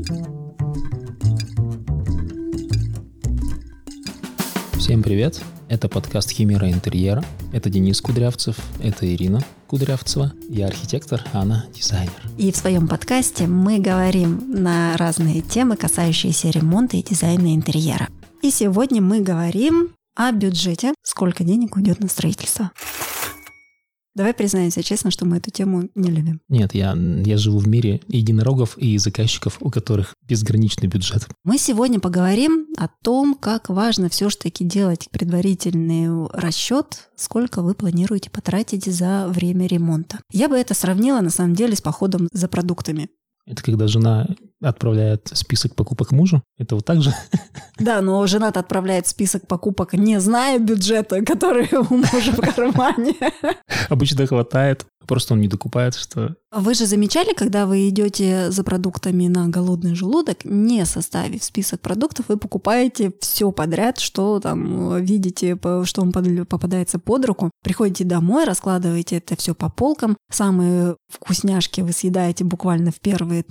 Всем привет! Это подкаст «Химера интерьера». Это Денис Кудрявцев, это Ирина Кудрявцева. Я архитектор, Анна дизайнер. И в своем подкасте мы говорим на разные темы, касающиеся ремонта и дизайна интерьера. И сегодня мы говорим о бюджете. Сколько денег уйдет на строительство? Давай признаемся честно, что мы эту тему не любим. Нет, я живу в мире единорогов и заказчиков, у которых безграничный бюджет. Мы сегодня поговорим о том, как важно все-таки делать предварительный расчет, сколько вы планируете потратить за время ремонта. Я бы это сравнила, на самом деле, с походом за продуктами. Это когда жена отправляет список покупок мужу? Это вот так же? Да, но жена-то отправляет список покупок, не зная бюджета, который у мужа в кармане. Обычно хватает, просто он не докупает, что... Вы же замечали, когда вы идете за продуктами на голодный желудок, не составив список продуктов, вы покупаете все подряд, что там видите, что вам попадается под руку. Приходите домой, раскладываете это все по полкам. Самые вкусняшки вы съедаете буквально в первые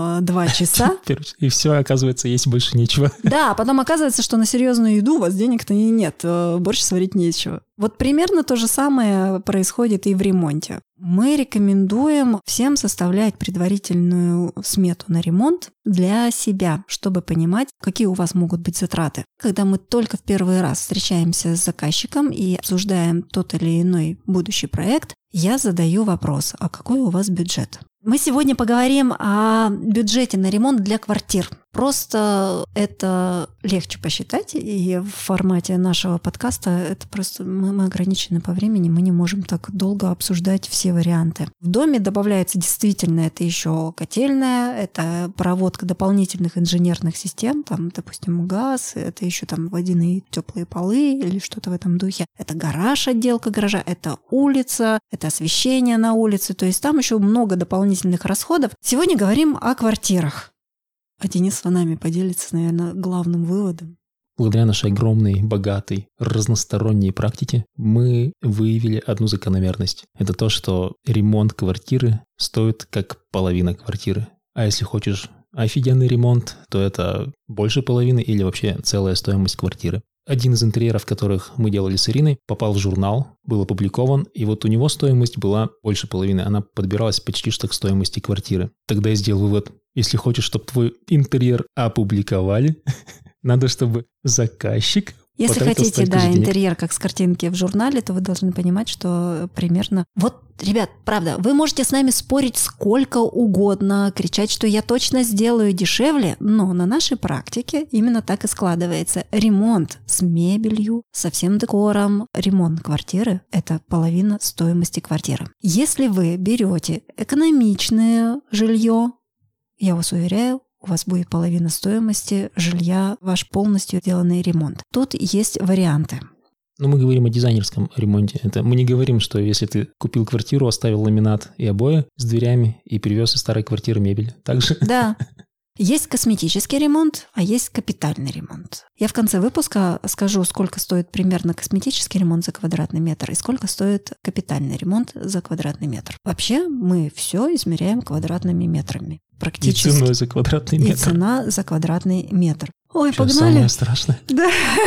2 часа. И все, оказывается, есть больше нечего. Да, а потом оказывается, что на серьезную еду у вас денег-то и нет, борщ сварить нечего. Вот примерно то же самое происходит и в ремонте. Мы рекомендуем всем составлять предварительную смету на ремонт для себя, чтобы понимать, какие у вас могут быть затраты. Когда мы только в первый раз встречаемся с заказчиком и обсуждаем тот или иной будущий проект, я задаю вопрос: а какой у вас бюджет? Мы сегодня поговорим о бюджете на ремонт для квартир. Просто это легче посчитать, и в формате нашего подкаста это просто мы ограничены по времени, мы не можем так долго обсуждать все варианты. В доме добавляется действительно это еще котельная, это проводка дополнительных инженерных систем, там, допустим, газ, это еще там водяные теплые полы или что-то в этом духе. Это гараж, отделка гаража, это улица, это освещение на улице, то есть там еще много дополнительных расходов. Сегодня говорим о квартирах. А Денис с нами поделится, наверное, главным выводом. Благодаря нашей огромной, богатой, разносторонней практике мы выявили одну закономерность. Это то, что ремонт квартиры стоит как половина квартиры. А если хочешь офигенный ремонт, то это больше половины или вообще целая стоимость квартиры. Один из интерьеров, которых мы делали с Ириной, попал в журнал, был опубликован, и вот у него стоимость была больше половины. Она подбиралась почти что к стоимости квартиры. Тогда я сделал вывод: если хочешь, чтобы твой интерьер опубликовали, надо, чтобы заказчик... Если хотите, да, интерьер как с картинки в журнале, то вы должны понимать, что примерно... Вот, ребят, правда, вы можете с нами спорить сколько угодно, кричать, что я точно сделаю дешевле, но на нашей практике именно так и складывается. Ремонт с мебелью, со всем декором, ремонт квартиры – это половина стоимости квартиры. Если вы берете экономичное жилье, я вас уверяю, у вас будет половина стоимости жилья, ваш полностью сделанный ремонт. Тут есть варианты. Но мы говорим о дизайнерском ремонте. Мы не говорим, что если ты купил квартиру, оставил ламинат и обои с дверями и привез из старой квартиры мебель. Так же? Да. Есть косметический ремонт, а есть капитальный ремонт. Я в конце выпуска скажу, сколько стоит примерно косметический ремонт за квадратный метр и сколько стоит капитальный ремонт за квадратный метр. Вообще мы все измеряем квадратными метрами. Практически. И ценой за квадратный метр. И цена за квадратный метр. Ой, что, погнали. Самое страшное. Да.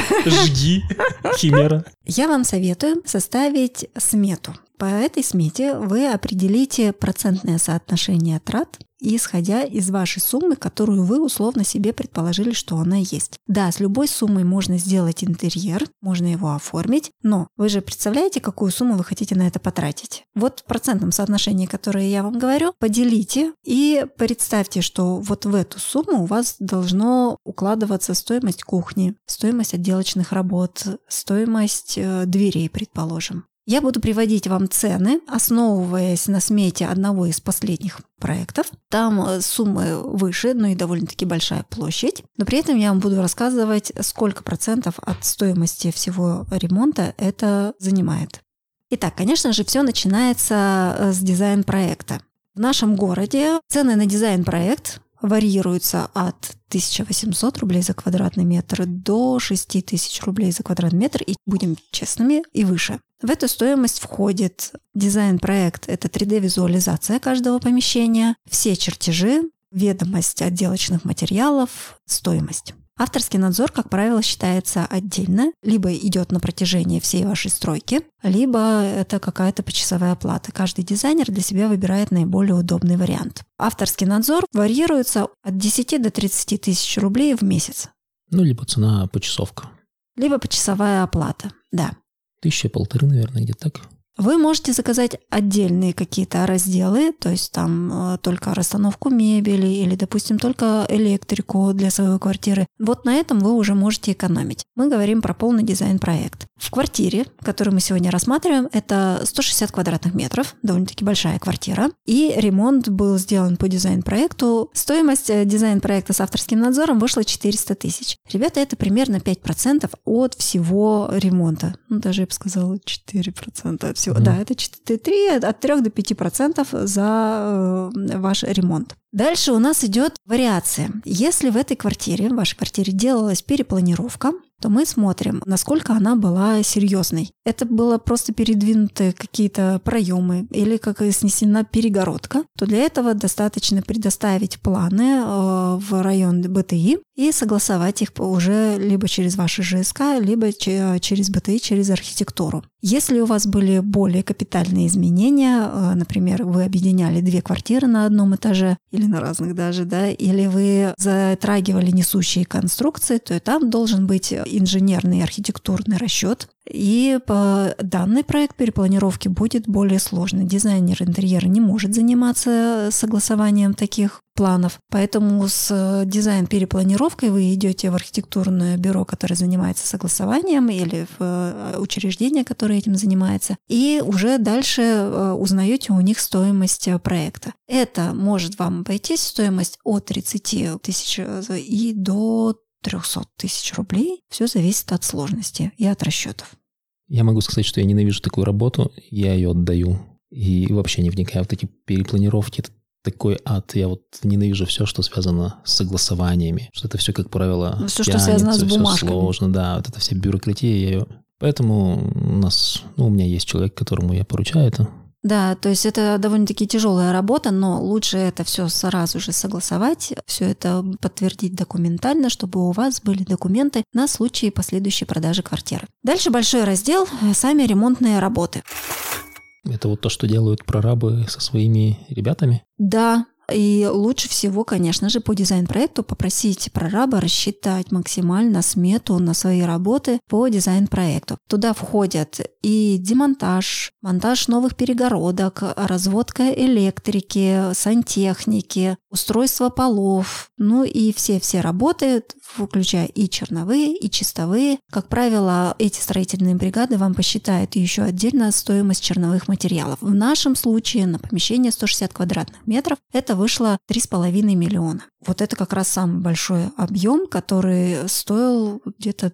Жги, химера. Я вам советую составить смету. По этой смете вы определите процентное соотношение трат, исходя из вашей суммы, которую вы условно себе предположили, что она есть. Да, с любой суммой можно сделать интерьер, можно его оформить, но вы же представляете, какую сумму вы хотите на это потратить? Вот в процентном соотношении, которое я вам говорю, поделите и представьте, что вот в эту сумму у вас должно укладываться стоимость кухни, стоимость отделочных работ, стоимость дверей, предположим. Я буду приводить вам цены, основываясь на смете одного из последних проектов. Там суммы выше, но и довольно-таки большая площадь. Но при этом я вам буду рассказывать, сколько процентов от стоимости всего ремонта это занимает. Итак, конечно же, все начинается с дизайн-проекта. В нашем городе цены на дизайн-проект варьируются от 1800 рублей за квадратный метр до 6000 рублей за квадратный метр, и будем честными, и выше. В эту стоимость входит дизайн-проект, это 3D-визуализация каждого помещения, все чертежи, ведомость отделочных материалов, стоимость. Авторский надзор, как правило, считается отдельно, либо идет на протяжении всей вашей стройки, либо это какая-то почасовая оплата. Каждый дизайнер для себя выбирает наиболее удобный вариант. Авторский надзор варьируется от 10 до 30 тысяч рублей в месяц. Либо цена почасовка. Либо почасовая оплата, да. 1,5 тысячи, наверное, где-то так. Вы можете заказать отдельные какие-то разделы, то есть там только расстановку мебели или, допустим, только электрику для своей квартиры. Вот на этом вы уже можете экономить. Мы говорим про полный дизайн-проект. В квартире, которую мы сегодня рассматриваем, это 160 квадратных метров, довольно-таки большая квартира, и ремонт был сделан по дизайн-проекту. Стоимость дизайн-проекта с авторским надзором вышла 400 тысяч. Ребята, это примерно 5% от всего ремонта. Даже я бы сказала 4% от всего. Да, это 3, от 3 до 5% за ваш ремонт. Дальше у нас идет вариация. Если в этой квартире, в вашей квартире делалась перепланировка, то мы смотрим, насколько она была серьезной. Это было просто передвинуты какие-то проемы или как снесена перегородка, то для этого достаточно предоставить планы в район БТИ и согласовать их уже либо через ваши ЖСК, либо через БТИ, через архитектуру. Если у вас были более капитальные изменения, например, вы объединяли 2 квартиры на одном этаже или на разных даже, да, или вы затрагивали несущие конструкции, то и там должен быть инженерный и архитектурный расчет. И данный проект перепланировки будет более сложный. Дизайнер интерьера не может заниматься согласованием таких планов. Поэтому с дизайн-перепланировкой вы идете в архитектурное бюро, которое занимается согласованием, или в учреждение, которое этим занимается, и уже дальше узнаете у них стоимость проекта. Это может вам обойтись стоимость от 30 тысяч и до 300 тысяч рублей. Все зависит от сложности и от расчетов. Я могу сказать, что я ненавижу такую работу, я ее отдаю. И вообще не вникаю в такие перепланировки. Это такой ад. Я вот ненавижу все, что связано с согласованиями. Что это все, как правило, все, что связано с бумажками. Все сложно, да. Вот это вся бюрократия. Поэтому у меня есть человек, которому я поручаю это. Да, то есть это довольно-таки тяжелая работа, но лучше это все сразу же согласовать, все это подтвердить документально, чтобы у вас были документы на случай последующей продажи квартиры. Дальше большой раздел «Сами ремонтные работы». Это вот то, что делают прорабы со своими ребятами? Да. И лучше всего, конечно же, по дизайн-проекту попросить прораба рассчитать максимально смету на свои работы по дизайн-проекту. Туда входят и демонтаж, монтаж новых перегородок, разводка электрики, сантехники, устройство полов, и все работы, включая и черновые, и чистовые. Как правило, эти строительные бригады вам посчитают еще отдельно стоимость черновых материалов. В нашем случае на помещение 160 квадратных метров это вышло 3,5 миллиона. Вот это как раз самый большой объем, который стоил где-то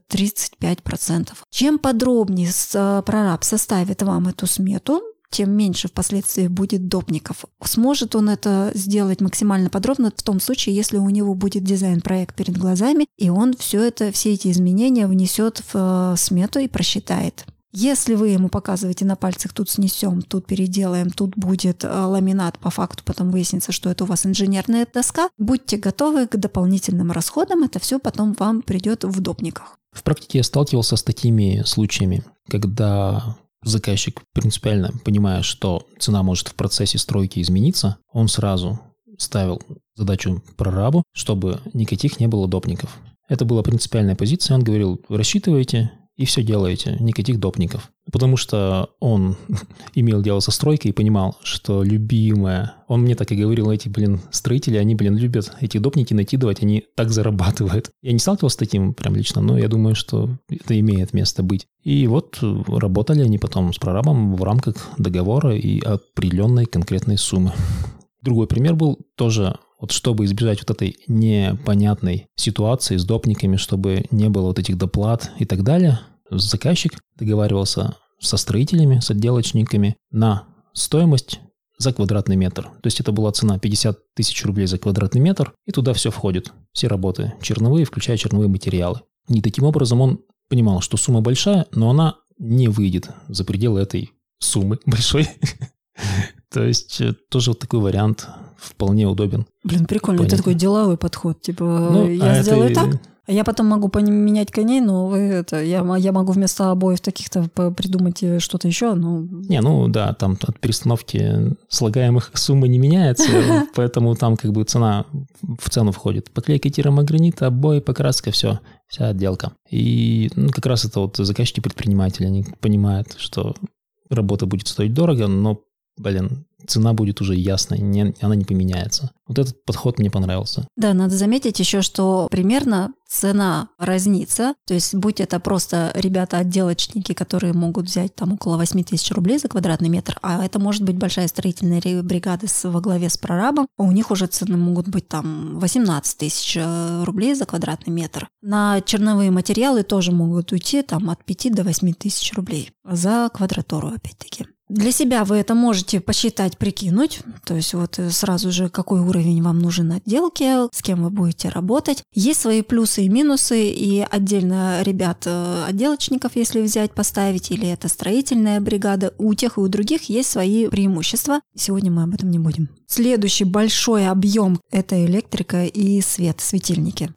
35%. Чем подробнее прораб составит вам эту смету, тем меньше впоследствии будет допников. Сможет он это сделать максимально подробно в том случае, если у него будет дизайн-проект перед глазами, и он все эти изменения внесет в смету и просчитает. Если вы ему показываете на пальцах, тут снесем, тут переделаем, тут будет ламинат, по факту потом выяснится, что это у вас инженерная доска, будьте готовы к дополнительным расходам, это все потом вам придет в допниках. В практике я сталкивался с такими случаями, когда заказчик принципиально, понимая, что цена может в процессе стройки измениться, он сразу ставил задачу прорабу, чтобы никаких не было допников. Это была принципиальная позиция, он говорил, рассчитывайте и все делаете, никаких допников. Потому что он имел дело со стройкой и понимал, что любимое... Он мне так и говорил, эти, строители, они, любят эти допники накидывать, они так зарабатывают. Я не сталкивался с таким прям лично, но я думаю, что это имеет место быть. И вот работали они потом с прорабом в рамках договора и определенной конкретной суммы. Другой пример был тоже... Вот чтобы избежать вот этой непонятной ситуации с допниками, чтобы не было вот этих доплат и так далее, заказчик договаривался со строителями, с отделочниками на стоимость за квадратный метр. То есть это была цена 50 тысяч рублей за квадратный метр, и туда все входит. Все работы черновые, включая черновые материалы. И таким образом он понимал, что сумма большая, но она не выйдет за пределы этой суммы большой. То есть тоже вот такой вариант вполне удобен. Блин, прикольно. Понятно. Это такой деловой подход. Типа, я сделаю так, а я потом могу менять коней, но я могу вместо обоев таких-то придумать что-то еще. Да, там от перестановки слагаемых суммы не меняется, поэтому там как бы цена в цену входит. Поклейка керамогранита, обои, покраска, все, вся отделка. И как раз это вот заказчики-предприниматели, они понимают, что работа будет стоить дорого, но, цена будет уже ясной, она не поменяется. Вот этот подход мне понравился. Да, надо заметить еще, что примерно цена разнится. То есть, будь это просто ребята-отделочники, которые могут взять там около 8 тысяч рублей за квадратный метр, а это может быть большая строительная бригада во главе с прорабом, у них уже цены могут быть там 18 тысяч рублей за квадратный метр. На черновые материалы тоже могут уйти там от 5 до 8 тысяч рублей за квадратуру, опять-таки. Для себя вы это можете посчитать, прикинуть, то есть вот сразу же какой уровень вам нужен отделки, с кем вы будете работать. Есть свои плюсы и минусы, и отдельно ребят-отделочников, если взять, поставить, или это строительная бригада, у тех и у других есть свои преимущества. Сегодня мы об этом не будем. Следующий большой объем – это электрика и свет, светильники.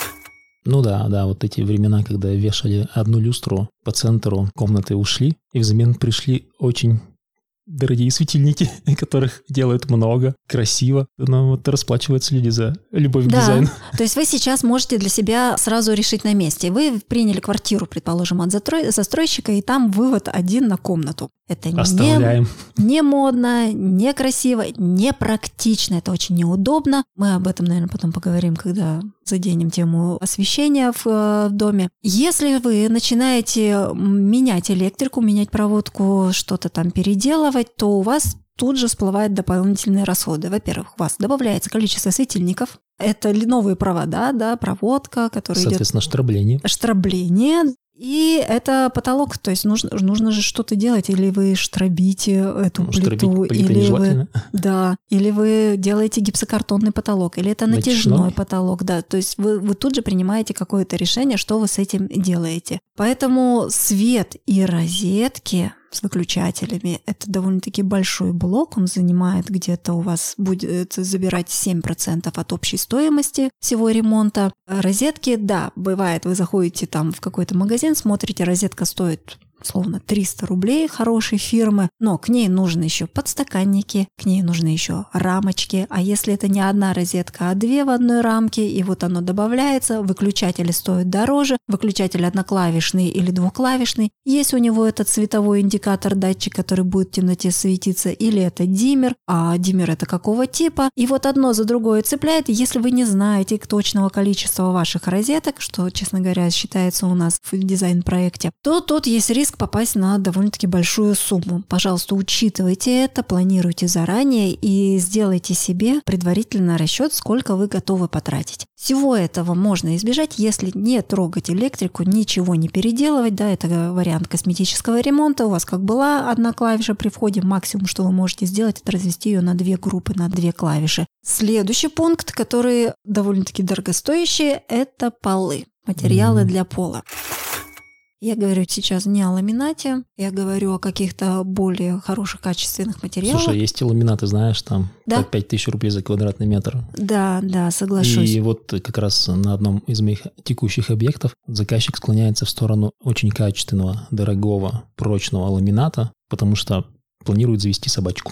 Да, вот эти времена, когда вешали одну люстру по центру комнаты, ушли, и взамен пришли очень дорогие светильники, которых делают много, красиво, но вот расплачиваются люди за любовь к дизайну. То есть вы сейчас можете для себя сразу решить на месте. Вы приняли квартиру, предположим, от застройщика, и там вывод один на комнату. Это не модно, не красиво, не практично, это очень неудобно. Мы об этом, наверное, потом поговорим, когда заденем тему освещения в доме. Если вы начинаете менять электрику, менять проводку, что-то там переделывать, то у вас тут же всплывают дополнительные расходы. Во-первых, у вас добавляется количество светильников. Это новые провода, проводка, которая идет... Соответственно, штрабление. И это потолок, то есть нужно же что-то делать, или вы штробите эту плиту, или вы делаете гипсокартонный потолок, или это натяжной потолок, то есть вы тут же принимаете какое-то решение, что вы с этим делаете. Поэтому свет и розетки с выключателями – это довольно-таки большой блок, он занимает где-то у вас будет забирать 7% от общей стоимости всего ремонта. Розетки, бывает, вы заходите там в какой-то магазин, смотрите, розетка стоит условно 300 рублей хорошей фирмы, но к ней нужны еще подстаканники, к ней нужны еще рамочки, а если это не одна розетка, а две в одной рамке, и вот оно добавляется, выключатели стоят дороже, выключатель одноклавишный или двухклавишный, есть у него этот световой индикатор, датчик, который будет в темноте светиться, или это диммер, а диммер это какого типа, и вот одно за другое цепляет, если вы не знаете точного количества ваших розеток, что, честно говоря, считается у нас в дизайн-проекте, то тут есть риск попасть на довольно-таки большую сумму. Пожалуйста, учитывайте это, планируйте заранее и сделайте себе предварительный расчет, сколько вы готовы потратить. Всего этого можно избежать, если не трогать электрику, ничего не переделывать. Это вариант косметического ремонта. У вас как была одна клавиша при входе, максимум, что вы можете сделать, это развести ее на 2 группы, на 2 клавиши. Следующий пункт, который довольно-таки дорогостоящий, это полы, материалы для пола. Я говорю сейчас не о ламинате, я говорю о каких-то более хороших, качественных материалах. Слушай, есть и ламинаты, знаешь, там по 5000 рублей за квадратный метр. Да, соглашусь. И вот как раз на одном из моих текущих объектов заказчик склоняется в сторону очень качественного, дорогого, прочного ламината, потому что планирует завести собачку.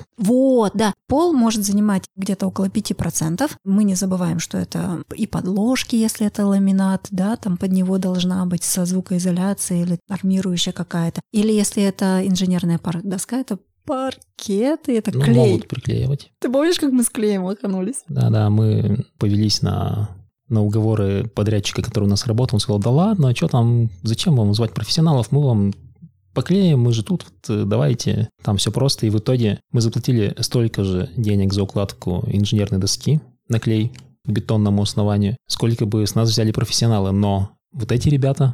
Пол может занимать где-то около 5%. Мы не забываем, что это и подложки, если это ламинат, там под него должна быть со звукоизоляцией или армирующая какая-то. Или если это инженерная доска, это паркет, и это клей. Могут приклеивать. Ты помнишь, как мы с клеем лоханулись? Да, мы повелись на уговоры подрядчика, который у нас работал. Он сказал, да ладно, что там, зачем вам звать профессионалов, мы вам поклеим, мы же тут, давайте, там все просто. И в итоге мы заплатили столько же денег за укладку инженерной доски на клей к бетонному основанию, сколько бы с нас взяли профессионалы. Но вот эти ребята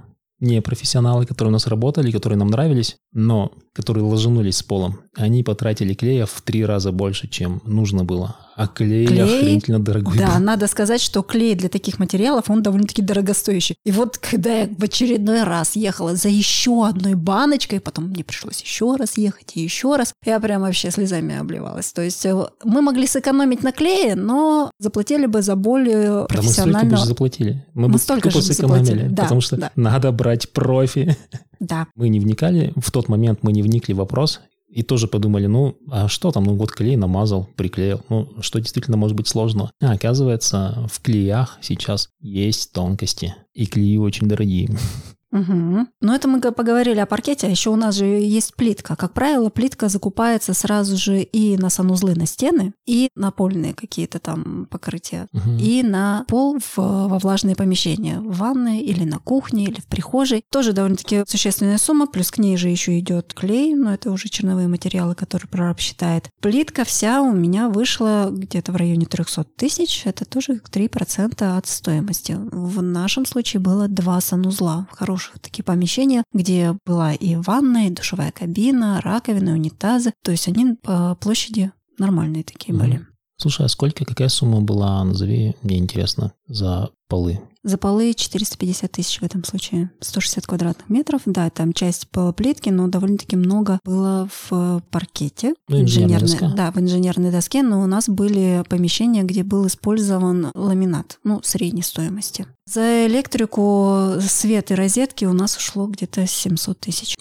не профессионалы, которые у нас работали, которые нам нравились, но которые ложанулись с полом, они потратили клея в 3 раза больше, чем нужно было. А клей охренительно дорогой Да, был. надо сказать, что клей для таких материалов, он довольно-таки дорогостоящий. И вот когда я в очередной раз ехала за еще одной баночкой, потом мне пришлось еще раз ехать и еще раз, я прям вообще слезами обливалась. То есть мы могли сэкономить на клее, но заплатили бы за более профессионального... Да мы столько бы заплатили. Мы бы столько тупо же сэкономили, заплатили. Да, потому что надо брать профи. Да. Мы не вникали, в тот момент мы не вникли в вопрос, и тоже подумали, а что там, вот клей намазал, приклеил, что действительно может быть сложного. А оказывается, в клеях сейчас есть тонкости, и клеи очень дорогие. Угу. Но это мы поговорили о паркете, а еще у нас же есть плитка. Как правило, плитка закупается сразу же и на санузлы, на стены, и на напольные какие-то там покрытия, и на пол во влажные помещения, в ванной или на кухне, или в прихожей. Тоже довольно-таки существенная сумма, плюс к ней же еще идет клей, но это уже черновые материалы, которые прораб считает. Плитка вся у меня вышла где-то в районе 300 тысяч, это тоже 3% от стоимости. В нашем случае было 2 санузла, хорошие такие помещения, где была и ванная, и душевая кабина, раковины, унитазы. То есть они по площади нормальные такие были. Слушай, а какая сумма была, назови, мне интересно, за полы? За полы 450 тысяч в этом случае. 160 квадратных метров. Да, там часть по плитке, но довольно-таки много было в паркете. Инженерная доска. Да, в инженерной доске, но у нас были помещения, где был использован ламинат, средней стоимости. За электрику, свет и розетки у нас ушло где-то 700 тысяч.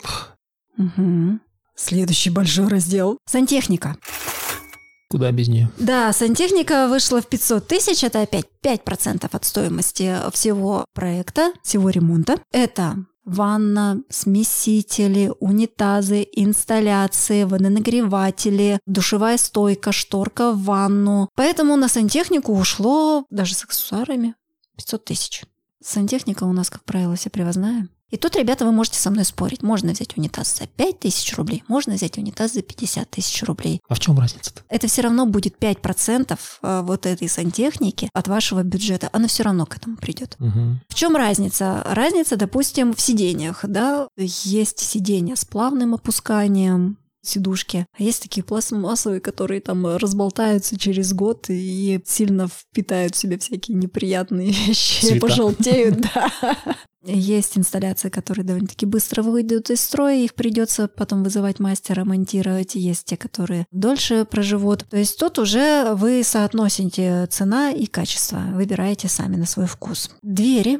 Угу. Следующий большой раздел. Сантехника. Куда без нее? Да, сантехника вышла в 500 тысяч, это опять 5% от стоимости всего проекта, всего ремонта. Это ванна, смесители, унитазы, инсталляции, водонагреватели, душевая стойка, шторка в ванну. Поэтому на сантехнику ушло, даже с аксессуарами, 500 тысяч. Сантехника у нас, как правило, вся привозная. И тут, ребята, вы можете со мной спорить. Можно взять унитаз за 5 тысяч рублей, можно взять унитаз за 50 тысяч рублей. А в чем разница-то? Это все равно будет 5% вот этой сантехники от вашего бюджета. Она все равно к этому придет. Угу. В чем разница? Разница, допустим, в сиденьях. Да? Есть сиденья с плавным опусканием, сидушки. А есть такие пластмассовые, которые там разболтаются через год и сильно впитают в себя всякие неприятные вещи, цвета. Пожелтеют, да. Есть инсталляции, которые довольно-таки быстро выйдут из строя, их придется потом вызывать мастера, монтировать. Есть те, которые дольше проживут. То есть тут уже вы соотносите цена и качество, выбираете сами на свой вкус. Двери,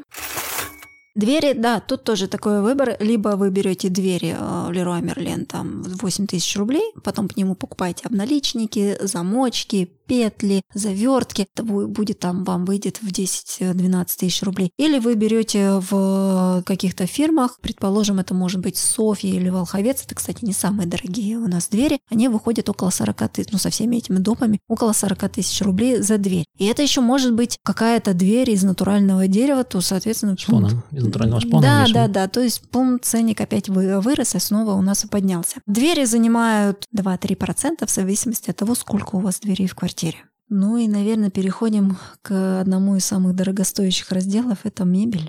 да, тут тоже такой выбор. Либо вы берете двери Leroy Merlin там 8 тысяч рублей, потом к нему покупаете обналичники, замочки, петли, завертки. Это будет там, вам выйдет в 10-12 тысяч рублей. Или вы берете в каких-то фирмах, предположим, это может быть Софья или Волховец, это, кстати, не самые дорогие у нас двери, они выходят около 40 тысяч, со всеми этими допами, около 40 тысяч рублей за дверь. И это еще может быть какая-то дверь из натурального дерева, то, соответственно... Шпона, из натурального шпона. Да, то есть ценник опять вырос, и снова у нас и поднялся. Двери занимают 2-3% в зависимости от того, сколько у вас дверей в квартире. Ну и, наверное, переходим к одному из самых дорогостоящих разделов – это мебель.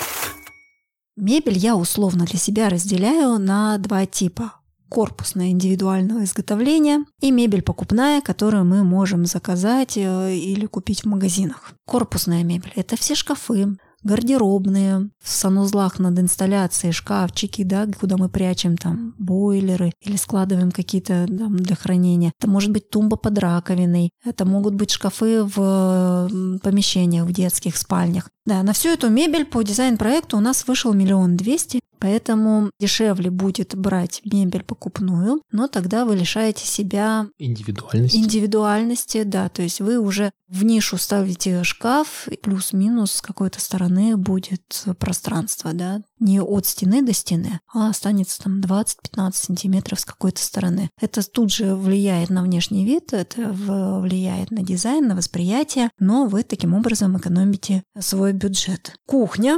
Мебель я условно для себя разделяю на 2 типа. Корпусное индивидуального изготовления и мебель покупная, которую мы можем заказать или купить в магазинах. Корпусная мебель – это все шкафы, гардеробные, в санузлах над инсталляцией шкафчики, да, куда мы прячем там бойлеры или складываем какие-то там для хранения. Это может быть тумба под раковиной, это могут быть шкафы в помещениях, в детских спальнях. Да, на всю эту мебель по дизайн-проекту у нас вышел 1 200 000, поэтому дешевле будет брать мебель покупную, но тогда вы лишаете себя индивидуальности, да, то есть вы уже в нишу ставите шкаф, плюс-минус с какой-то стороны будет пространство, да, не от стены до стены, а останется там 20-15 сантиметров с какой-то стороны. Это тут же влияет на внешний вид, это влияет на дизайн, на восприятие, но вы таким образом экономите свой бюджет. Кухня.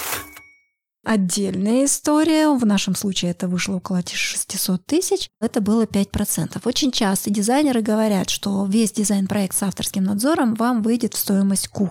Отдельная история. В нашем случае это вышло около 600 тысяч. Это было 5%. Очень часто дизайнеры говорят, что весь дизайн-проект с авторским надзором вам выйдет в стоимость кухни.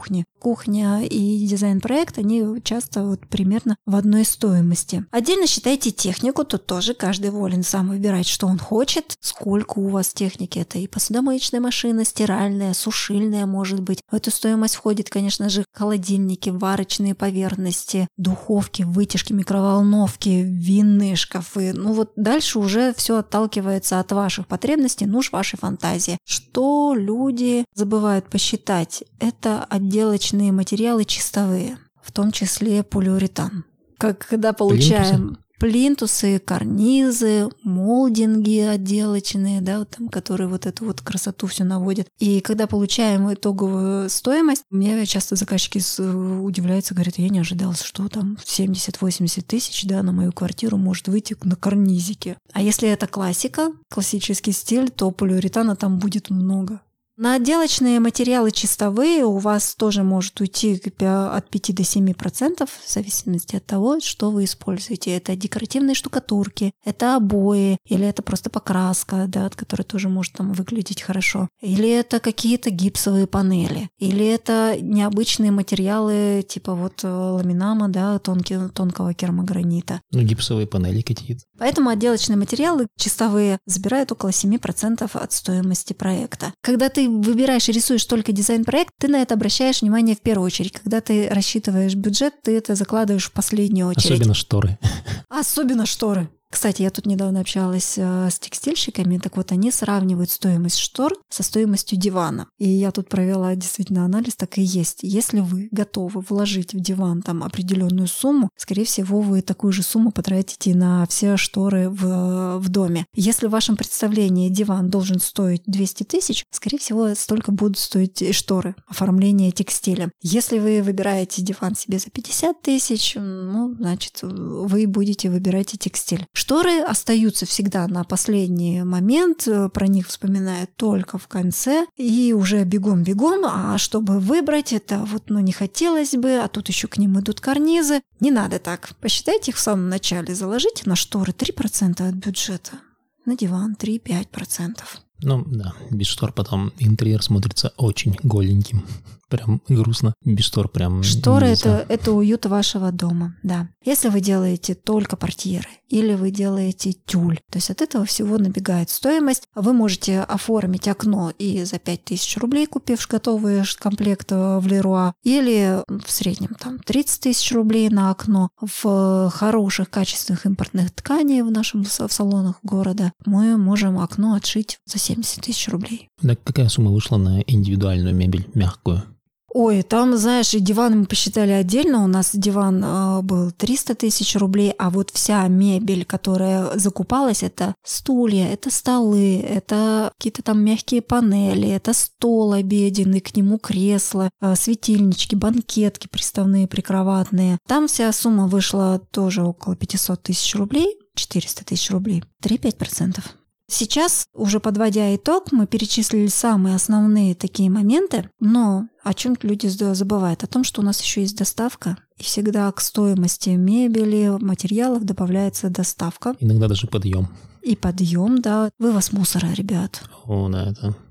кухня и дизайн-проект, они часто вот примерно в одной стоимости. Отдельно считайте технику, тут тоже каждый волен сам выбирать, что он хочет, сколько у вас техники. Это и посудомоечная машина, стиральная, сушильная, может быть. В эту стоимость входит, конечно же, холодильники, варочные поверхности, духовки, вытяжки, микроволновки, винные шкафы. Ну вот дальше уже все отталкивается от ваших потребностей, нужд вашей фантазии. Что люди забывают посчитать? Это отделочные материалы чистовые, в том числе полиуретан. Когда получаем плинтусы, карнизы, молдинги отделочные, да, вот там, которые вот эту вот красоту все наводят. И когда получаем итоговую стоимость, мне часто заказчики удивляются, говорят, я не ожидал, что там 70-80 тысяч, да, на мою квартиру может выйти на карнизике. А если это классика, классический стиль, то полиуретана там будет много. На отделочные материалы чистовые у вас тоже может уйти от 5 до 7%, в зависимости от того, что вы используете. Это декоративные штукатурки, это обои, или это просто покраска, да, которая тоже может там выглядеть хорошо. Или это какие-то гипсовые панели, или это необычные материалы, типа вот ламинама, да, тонкого керамогранита. Ну, гипсовые панели какие-то. Поэтому отделочные материалы чистовые забирают около 7% от стоимости проекта. Когда ты выбираешь и рисуешь только дизайн-проект, ты на это обращаешь внимание в первую очередь. Когда ты рассчитываешь бюджет, ты это закладываешь в последнюю очередь. Особенно шторы. Особенно шторы. Кстати, я тут недавно общалась с текстильщиками, так вот они сравнивают стоимость штор со стоимостью дивана. И я тут провела действительно анализ, так и есть. Если вы готовы вложить в диван там определенную сумму, скорее всего, вы такую же сумму потратите на все шторы в доме. Если в вашем представлении диван должен стоить 200 тысяч, скорее всего, столько будут стоить и шторы, оформление текстиля. Если вы выбираете диван себе за 50 тысяч, ну, значит, вы будете выбирать и текстиль. Шторы остаются всегда на последний момент, про них вспоминают только в конце, и уже бегом-бегом, а чтобы выбрать это, вот, ну, не хотелось бы, а тут еще к ним идут карнизы. Не надо так. Посчитайте их в самом начале, заложите на шторы 3% от бюджета, на диван 3-5%. Ну, да, без штор потом интерьер смотрится очень голеньким. Прям грустно. Без штор прям Шторы нельзя. это уют вашего дома, да. Если вы делаете только портьеры или вы делаете тюль, то есть от этого всего набегает стоимость. Вы можете оформить окно и за 5000 рублей, купив готовый комплект в Леруа, или в среднем там 30 тысяч рублей на окно. В хороших качественных импортных тканей в салонах города мы можем окно отшить за 70 тысяч рублей. Да, какая сумма вышла на индивидуальную мебель, мягкую? Ой, там, знаешь, и диван мы посчитали отдельно. У нас диван был 300 тысяч рублей, а вот вся мебель, которая закупалась, это стулья, это столы, это какие-то там мягкие панели, это стол обеденный, к нему кресло, светильнички, банкетки приставные, прикроватные. Там вся сумма вышла тоже около 500 тысяч рублей, 400 тысяч рублей, 3-5%. Сейчас, уже подводя итог, мы перечислили самые основные такие моменты, но о чем люди забывают? О том, что у нас еще есть доставка, и всегда к стоимости мебели, материалов добавляется доставка. Иногда даже подъем. И подъем, да. Вывоз мусора, ребят. О, да,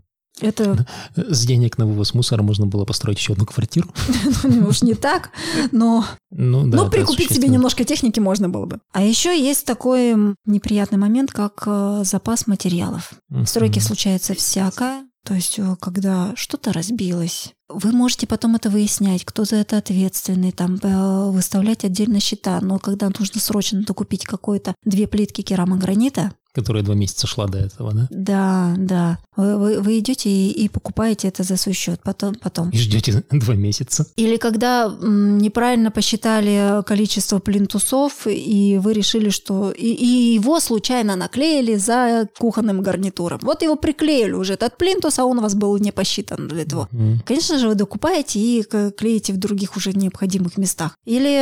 это... С денег на вывоз мусора можно было построить еще одну квартиру. Ну, уж не так, но прикупить себе немножко техники можно было бы. А еще есть такой неприятный момент, как запас материалов. В стройке случается всякое. То есть, когда что-то разбилось, вы можете потом это выяснять, кто за это ответственный, там, выставлять отдельно счета. Но когда нужно срочно докупить 2 плитки керамогранита, которая 2 месяца шла до этого, да? Да. Вы идете и покупаете это за свой счет потом. И ждете 2 месяца. Или когда неправильно посчитали количество плинтусов, и вы решили, что... И его случайно наклеили за кухонным гарнитуром. Вот его приклеили уже, этот плинтус, а он у вас был не посчитан для этого. Конечно же, вы докупаете и клеите в других уже необходимых местах.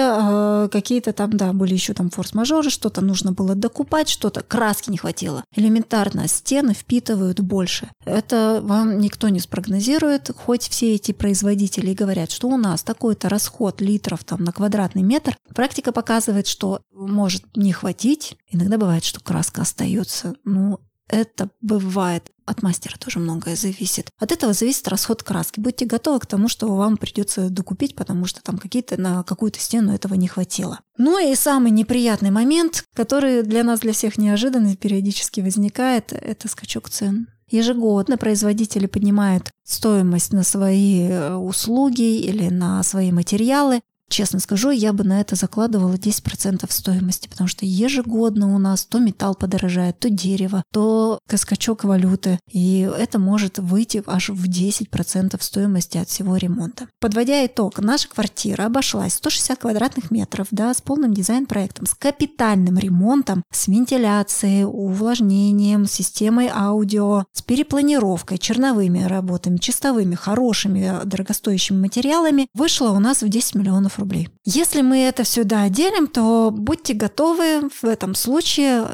Или какие-то там, да, были еще там форс-мажоры, что-то нужно было докупать, что-то краски не хватило. Элементарно, стены впитывают больше. Это вам никто не спрогнозирует, хоть все эти производители говорят, что у нас такой-то расход литров там на квадратный метр. Практика показывает, что может не хватить. Иногда бывает, что краска остается. это бывает. От мастера тоже многое зависит. От этого зависит расход краски. Будьте готовы к тому, что вам придется докупить, потому что там на какую-то стену этого не хватило. Ну и самый неприятный момент, который для нас, для всех неожиданный, периодически возникает, это скачок цен. Ежегодно производители поднимают стоимость на свои услуги или на свои материалы. Честно скажу, я бы на это закладывала 10% стоимости, потому что ежегодно у нас то металл подорожает, то дерево, то скачок валюты. И это может выйти аж в 10% стоимости от всего ремонта. Подводя итог, наша квартира обошлась 160 квадратных метров, да, с полным дизайн-проектом, с капитальным ремонтом, с вентиляцией, увлажнением, системой аудио, с перепланировкой, черновыми работами, чистовыми, хорошими, дорогостоящими материалами. Вышла у нас в 10 миллионов рублей. Если мы это сюда отделим, то будьте готовы, в этом случае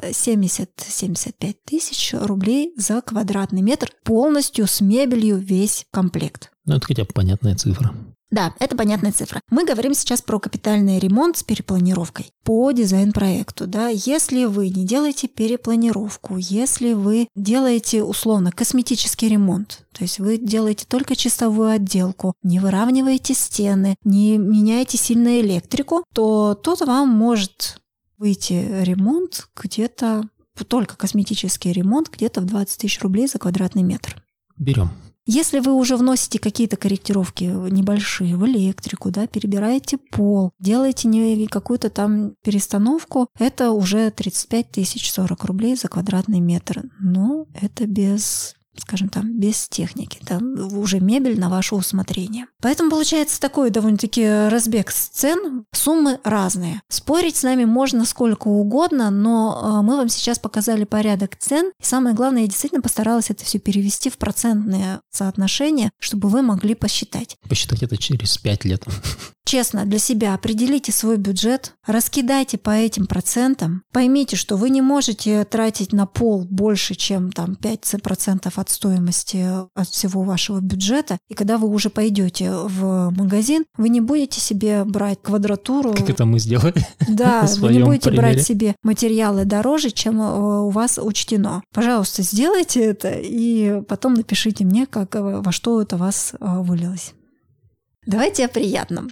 70-75 тысяч рублей за квадратный метр полностью с мебелью весь комплект. Ну, это хотя бы понятная цифра. Да, это понятная цифра. Мы говорим сейчас про капитальный ремонт с перепланировкой по дизайн-проекту. Да? Если вы не делаете перепланировку, если вы делаете условно косметический ремонт, то есть вы делаете только чистовую отделку, не выравниваете стены, не меняете сильно электрику, то тут вам может выйти ремонт где-то, только косметический ремонт, где-то в 20 тысяч рублей за квадратный метр. Берем. Если вы уже вносите какие-то корректировки небольшие в электрику, да, перебираете пол, делаете какую-то там перестановку, это уже 35 тысяч 40 рублей за квадратный метр. Но это без, скажем там, без техники. Там уже мебель на ваше усмотрение. Поэтому получается такой довольно-таки разбег цен. Суммы разные. Спорить с нами можно сколько угодно, но мы вам сейчас показали порядок цен. И самое главное, я действительно постаралась это все перевести в процентные соотношения, чтобы вы могли посчитать. Посчитать это через 5 лет. Честно, для себя определите свой бюджет, раскидайте по этим процентам, поймите, что вы не можете тратить на пол больше, чем там 5% от стоимости от всего вашего бюджета, и когда вы уже пойдете в магазин, вы не будете себе брать квадратуру. Как это мы сделали? Да, вы не будете брать себе материалы дороже, чем у вас учтено. Пожалуйста, сделайте это и потом напишите мне, во что это у вас вылилось. Давайте о приятном.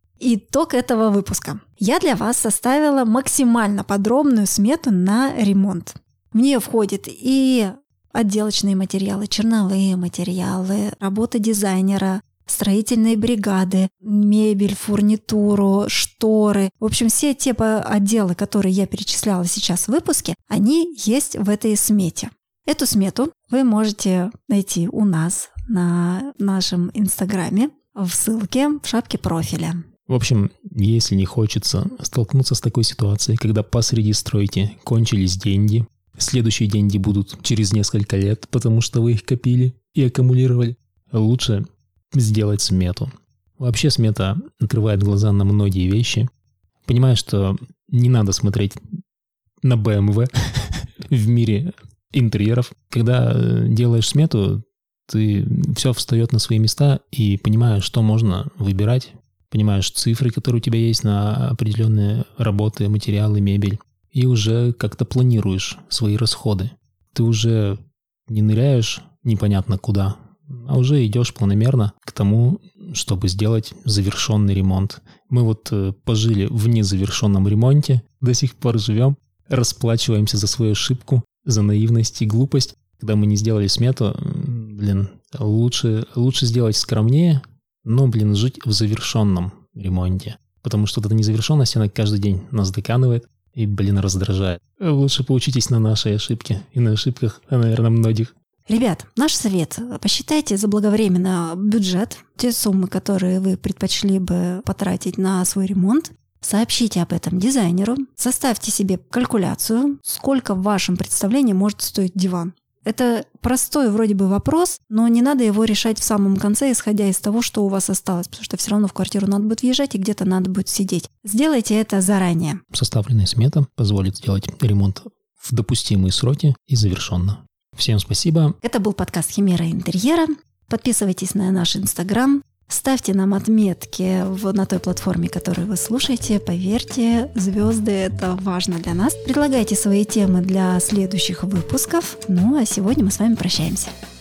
Итог этого выпуска. Я для вас составила максимально подробную смету на ремонт. В нее входит и отделочные материалы, черновые материалы, работа дизайнера, строительные бригады, мебель, фурнитуру, шторы. В общем, все те отделы, которые я перечисляла сейчас в выпуске, они есть в этой смете. Эту смету вы можете найти у нас на нашем Инстаграме в ссылке в шапке профиля. В общем, если не хочется столкнуться с такой ситуацией, когда посреди стройки кончились деньги, следующие деньги будут через несколько лет, потому что вы их копили и аккумулировали, лучше сделать смету. Вообще смета открывает глаза на многие вещи. Понимаю, что не надо смотреть на BMW в мире интерьеров. Когда делаешь смету, все встает на свои места и понимаешь, что можно выбирать. Понимаешь цифры, которые у тебя есть на определенные работы, материалы, мебель. И уже как-то планируешь свои расходы. Ты уже не ныряешь непонятно куда, а уже идешь планомерно к тому, чтобы сделать завершенный ремонт. Мы вот пожили в незавершенном ремонте, до сих пор живем, расплачиваемся за свою ошибку, за наивность и глупость. Когда мы не сделали смету, лучше сделать скромнее, но, жить в завершенном ремонте. Потому что эта незавершенность, она каждый день нас доканывает и, раздражает. Лучше поучитесь на нашей ошибке и на ошибках, наверное, многих. Ребят, наш совет. Посчитайте заблаговременно бюджет, те суммы, которые вы предпочли бы потратить на свой ремонт. Сообщите об этом дизайнеру. Составьте себе калькуляцию, сколько в вашем представлении может стоить диван. Это простой вроде бы вопрос, но не надо его решать в самом конце, исходя из того, что у вас осталось, потому что все равно в квартиру надо будет въезжать и где-то надо будет сидеть. Сделайте это заранее. Составленная смета позволит сделать ремонт в допустимые сроки и завершенно. Всем спасибо. Это был подкаст «Химера интерьера». Подписывайтесь на наш Инстаграм, Ставьте нам отметки на той платформе, которую вы слушаете. Поверьте, звезды — это важно для нас. Предлагайте свои темы для следующих выпусков. Ну а сегодня мы с вами прощаемся.